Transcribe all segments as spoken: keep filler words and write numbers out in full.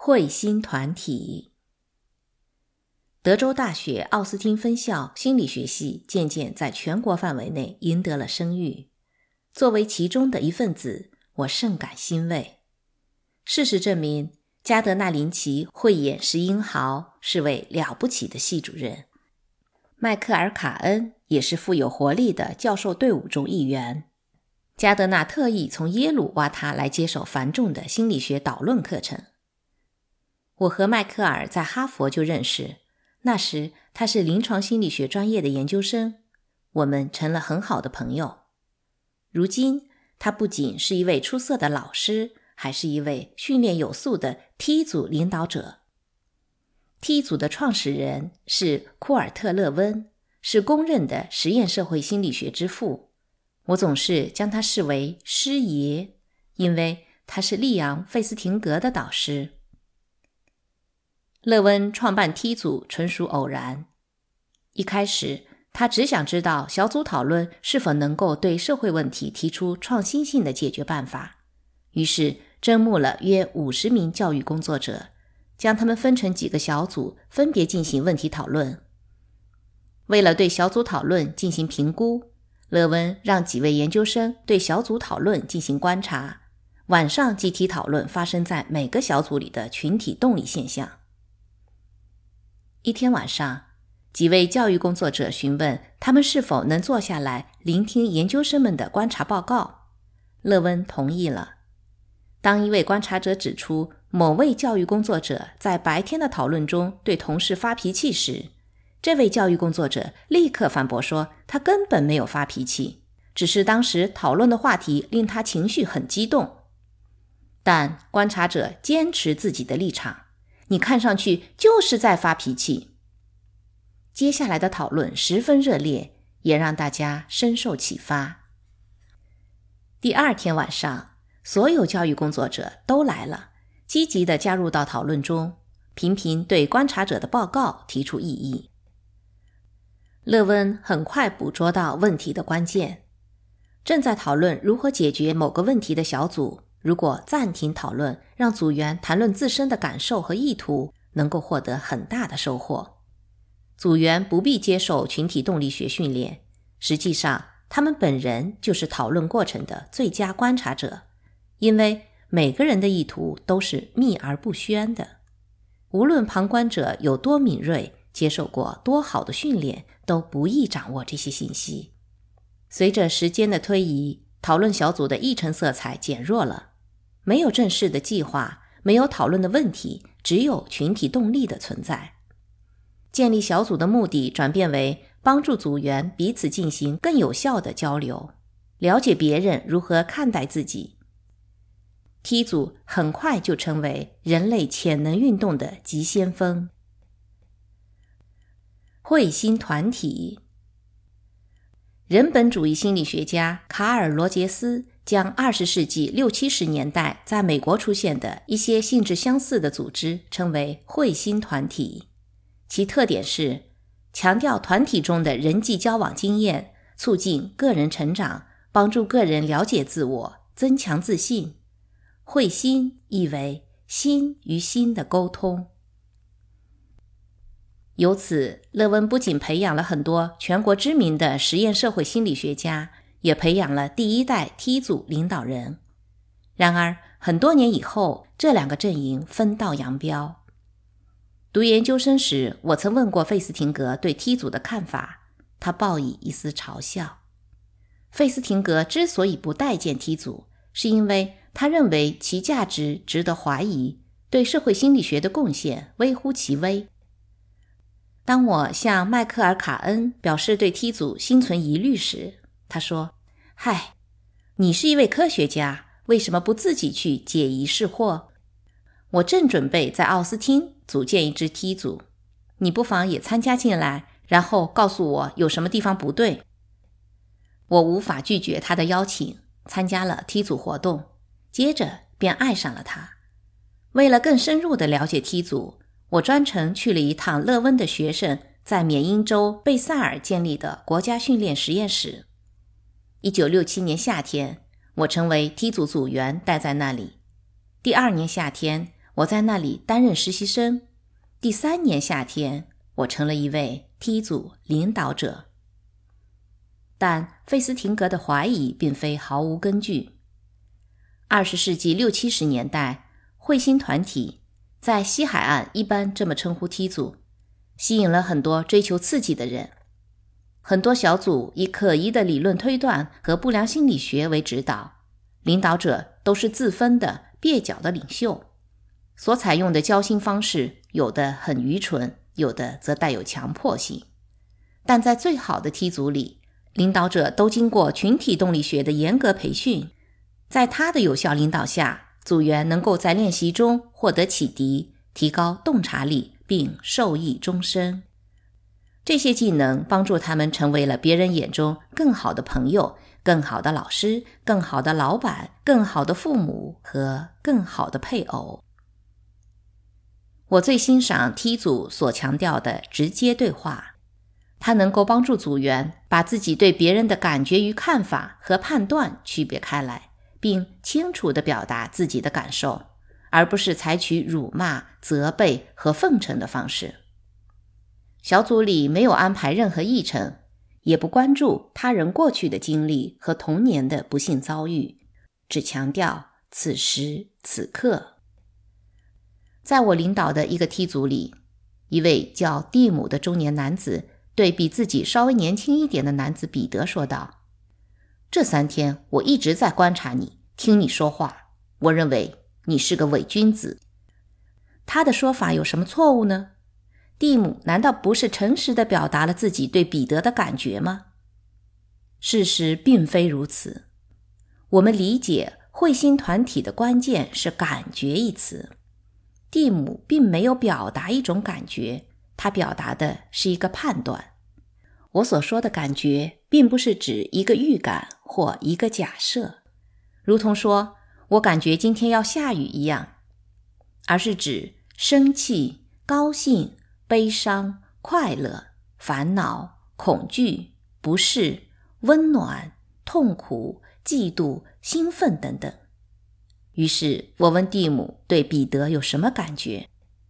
彗星团体。德州大学奥斯汀分校心理学系渐渐在全国范围内赢得了声誉。作为其中的一份子，我甚感欣慰。事实证明，加德纳林奇慧眼识英豪，是位了不起的系主任。迈克尔·卡恩也是富有活力的教授队伍中一员。加德纳特意从耶鲁挖他来接手繁重的心理学导论课程。我和迈克尔在哈佛就认识，那时他是临床心理学专业的研究生，我们成了很好的朋友。如今，他不仅是一位出色的老师，还是一位训练有素的 T 组领导者。T 组的创始人是库尔特·勒温，是公认的实验社会心理学之父。我总是将他视为师爷，因为他是利昂·费斯廷格的导师。勒温创办 T 组纯属偶然。一开始，他只想知道小组讨论是否能够对社会问题提出创新性的解决办法，于是征募了约五十名教育工作者，将他们分成几个小组，分别进行问题讨论。为了对小组讨论进行评估，勒温让几位研究生对小组讨论进行观察，晚上集体讨论发生在每个小组里的群体动力现象。一天晚上，几位教育工作者询问他们是否能坐下来聆听研究生们的观察报告。勒温同意了。当一位观察者指出某位教育工作者在白天的讨论中对同事发脾气时，这位教育工作者立刻反驳说他根本没有发脾气，只是当时讨论的话题令他情绪很激动。但观察者坚持自己的立场，你看上去就是在发脾气。接下来的讨论十分热烈，也让大家深受启发。第二天晚上，所有教育工作者都来了，积极地加入到讨论中，频频对观察者的报告提出异议。勒温很快捕捉到问题的关键。正在讨论如何解决某个问题的小组，如果暂停讨论，让组员谈论自身的感受和意图，能够获得很大的收获。组员不必接受群体动力学训练，实际上他们本人就是讨论过程的最佳观察者，因为每个人的意图都是秘而不宣的。无论旁观者有多敏锐，接受过多好的训练，都不易掌握这些信息。随着时间的推移，讨论小组的议程色彩减弱了，没有正式的计划，没有讨论的问题，只有群体动力的存在。建立小组的目的转变为帮助组员彼此进行更有效的交流，了解别人如何看待自己。T 组很快就成为人类潜能运动的急先锋。彗星团体。人本主义心理学家卡尔·罗杰斯将二十世纪六七十年代在美国出现的一些性质相似的组织称为彗星团体，其特点是强调团体中的人际交往经验，促进个人成长，帮助个人了解自我，增强自信。彗星意为心与心的沟通。由此，勒温不仅培养了很多全国知名的实验社会心理学家，也培养了第一代 T 组领导人。然而，很多年以后，这两个阵营分道扬镳。读研究生时，我曾问过费斯廷格对 T 组的看法，他报以一丝嘲笑。费斯廷格之所以不待见 T 组，是因为他认为其价值值得怀疑，对社会心理学的贡献微乎其微。当我向迈克尔·卡恩表示对 T 组心存疑虑时，他说：嗨，你是一位科学家，为什么不自己去解疑释惑？我正准备在奥斯汀组建一支 T 组，你不妨也参加进来，然后告诉我有什么地方不对。我无法拒绝他的邀请，参加了 T 组活动，接着便爱上了他。为了更深入地了解 T 组，我专程去了一趟勒温的学生在缅因州贝塞尔建立的国家训练实验室。一九六七年夏天，我成为 T 组组员，待在那里。第二年夏天， 我在那里担任实习生。第三年夏天，我成了一位梯组领导者。但费斯廷格的怀疑并非毫无根据。二十世纪六七十年代，彗星团体在西海岸一般这么称呼梯组，吸引了很多追求刺激的人。很多小组以可疑的理论推断和不良心理学为指导，领导者都是自封的蹩脚的领袖，所采用的交心方式有的很愚蠢，有的则带有强迫性。但在最好的梯组里，领导者都经过群体动力学的严格培训，在他的有效领导下，组员能够在练习中获得启迪，提高洞察力，并受益终身。这些技能帮助他们成为了别人眼中更好的朋友、更好的老师、更好的老板、更好的父母和更好的配偶。我最欣赏梯组所强调的直接对话，它能够帮助组员把自己对别人的感觉与看法和判断区别开来，并清楚地表达自己的感受，而不是采取辱骂、责备和奉承的方式。小组里没有安排任何议程，也不关注他人过去的经历和童年的不幸遭遇，只强调此时此刻。在我领导的一个梯组里，一位叫蒂姆的中年男子对比自己稍微年轻一点的男子彼得说道：这三天我一直在观察你，听你说话，我认为你是个伪君子。他的说法有什么错误呢？蒂姆难道不是诚实地表达了自己对彼得的感觉吗？事实并非如此。我们理解彗星团体的关键是感觉一词。蒂姆并没有表达一种感觉，他表达的是一个判断。我所说的感觉并不是指一个预感或一个假设，如同说我感觉今天要下雨一样，而是指生气、高兴、悲伤、快乐、烦恼、恐惧、不适、温暖、痛苦、嫉妒、兴奋等等。于是我问蒂姆对彼得有什么感觉。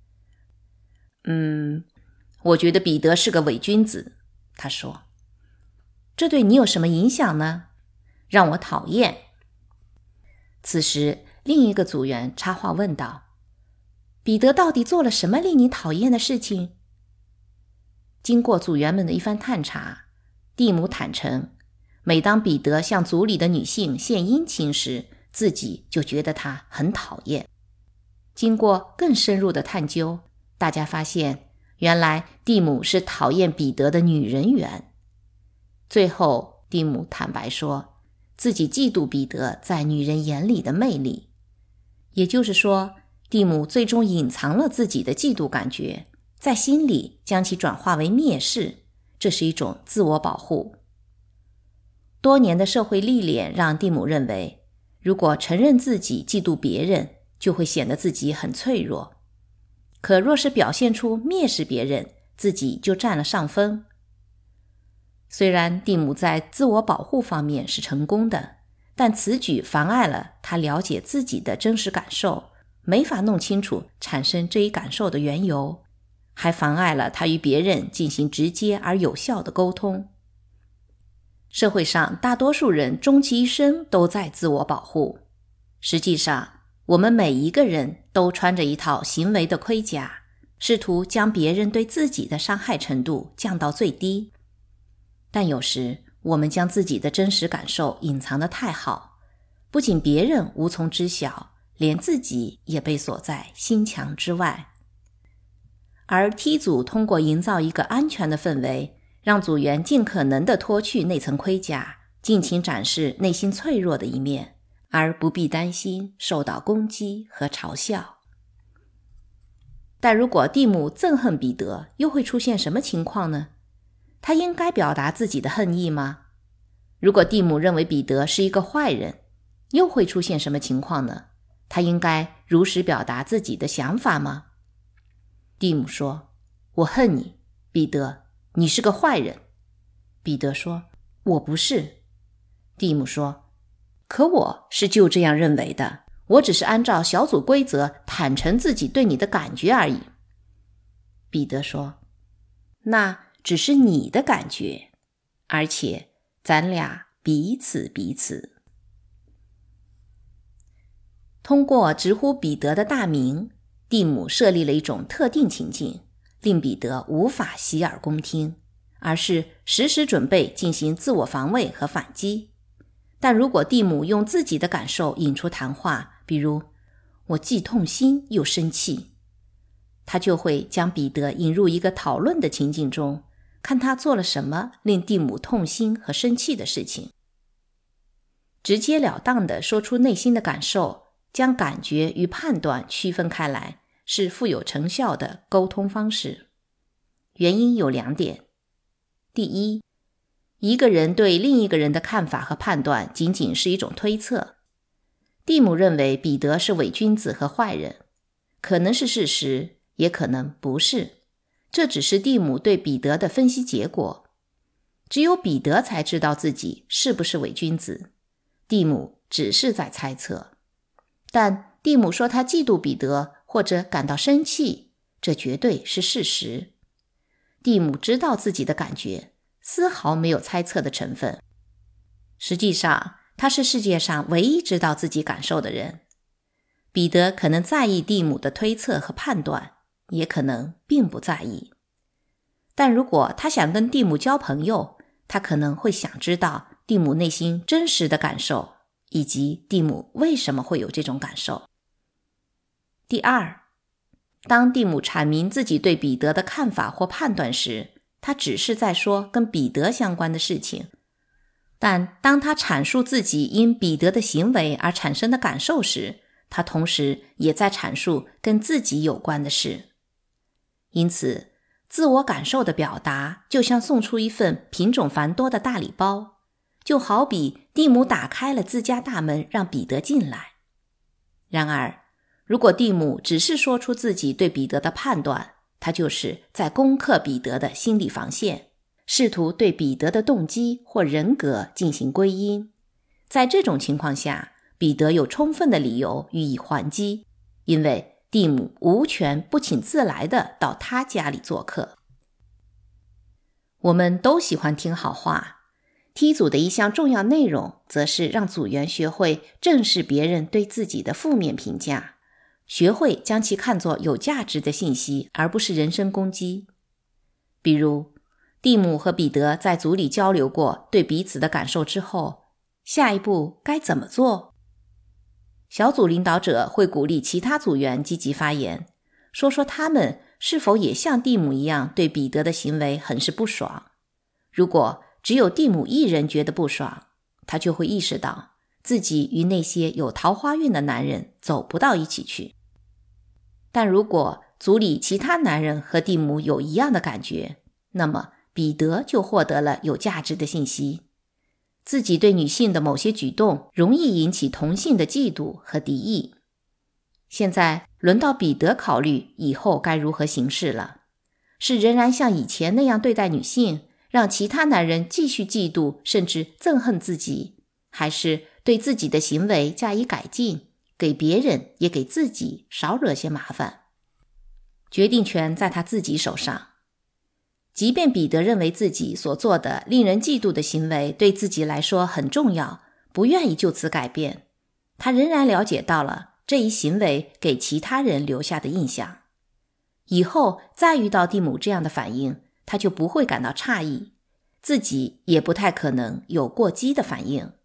嗯，我觉得彼得是个伪君子，他说。这对你有什么影响呢？让我讨厌。此时另一个组员插话问道：彼得到底做了什么令你讨厌的事情？经过组员们的一番探查，蒂姆坦诚，每当彼得向组里的女性献殷勤时，自己就觉得他很讨厌。经过更深入的探究，大家发现原来蒂姆是讨厌彼得的女人缘。最后蒂姆坦白说，自己嫉妒彼得在女人眼里的魅力。也就是说，蒂姆最终隐藏了自己的嫉妒感觉，在心里将其转化为蔑视，这是一种自我保护。多年的社会历练让蒂姆认为，如果承认自己嫉妒别人，就会显得自己很脆弱。可若是表现出蔑视别人，自己就占了上风。虽然蒂姆在自我保护方面是成功的，但此举妨碍了他了解自己的真实感受，没法弄清楚产生这一感受的缘由，还妨碍了他与别人进行直接而有效的沟通。社会上大多数人终其一生都在自我保护。实际上，我们每一个人都穿着一套行为的盔甲，试图将别人对自己的伤害程度降到最低。但有时我们将自己的真实感受隐藏得太好，不仅别人无从知晓，连自己也被锁在心墙之外。而梯组通过营造一个安全的氛围，让组员尽可能地脱去那层盔甲，尽情展示内心脆弱的一面，而不必担心受到攻击和嘲笑。但如果蒂姆憎恨彼得，又会出现什么情况呢？他应该表达自己的恨意吗？如果蒂姆认为彼得是一个坏人，又会出现什么情况呢？他应该如实表达自己的想法吗？蒂姆说：我恨你，彼得，你是个坏人。彼得说：我不是。蒂姆说：可我是就这样认为的， 我只是按照小组规则坦诚自己对你的感觉而已。彼得说，那只是你的感觉，而且咱俩彼此彼此。通过直呼彼得的大名，蒂姆设立了一种特定情境，令彼得无法洗耳恭听，而是时时准备进行自我防卫和反击。但如果蒂姆用自己的感受引出谈话，比如我既痛心又生气，他就会将彼得引入一个讨论的情境中，看他做了什么令蒂姆痛心和生气的事情。直截了当地说出内心的感受，将感觉与判断区分开来，是富有成效的沟通方式。原因有两点。第一，一个人对另一个人的看法和判断仅仅是一种推测。蒂姆认为彼得是伪君子和坏人，可能是事实，也可能不是，这只是蒂姆对彼得的分析结果。只有彼得才知道自己是不是伪君子，蒂姆只是在猜测。但蒂姆说他嫉妒彼得或者感到生气，这绝对是事实。蒂姆知道自己的感觉，丝毫没有猜测的成分。实际上，他是世界上唯一知道自己感受的人。彼得可能在意蒂姆的推测和判断，也可能并不在意。但如果他想跟蒂姆交朋友，他可能会想知道蒂姆内心真实的感受，以及蒂姆为什么会有这种感受。第二，当蒂姆阐明自己对彼得的看法或判断时，他只是在说跟彼得相关的事情。但当他阐述自己因彼得的行为而产生的感受时，他同时也在阐述跟自己有关的事。因此，自我感受的表达就像送出一份品种繁多的大礼包，就好比蒂姆打开了自家大门让彼得进来。然而，如果蒂姆只是说出自己对彼得的判断，他就是在攻克彼得的心理防线，试图对彼得的动机或人格进行归因。在这种情况下，彼得有充分的理由予以还击，因为蒂姆无权不请自来的到他家里做客。我们都喜欢听好话，T 组的一项重要内容则是让组员学会正视别人对自己的负面评价，学会将其看作有价值的信息，而不是人身攻击。比如，蒂姆和彼得在组里交流过对彼此的感受之后，下一步该怎么做？小组领导者会鼓励其他组员积极发言，说说他们是否也像蒂姆一样对彼得的行为很是不爽。如果只有蒂姆一人觉得不爽，他就会意识到自己与那些有桃花运的男人走不到一起去。但如果组里其他男人和蒂姆有一样的感觉，那么彼得就获得了有价值的信息。自己对女性的某些举动容易引起同性的嫉妒和敌意。现在轮到彼得考虑以后该如何行事了，是仍然像以前那样对待女性，让其他男人继续嫉妒甚至憎恨自己，还是对自己的行为加以改进，给别人也给自己少惹些麻烦。决定权在他自己手上。即便彼得认为自己所做的令人嫉妒的行为对自己来说很重要，不愿意就此改变，他仍然了解到了这一行为给其他人留下的印象。以后再遇到蒂姆这样的反应，他就不会感到诧异，自己也不太可能有过激的反应。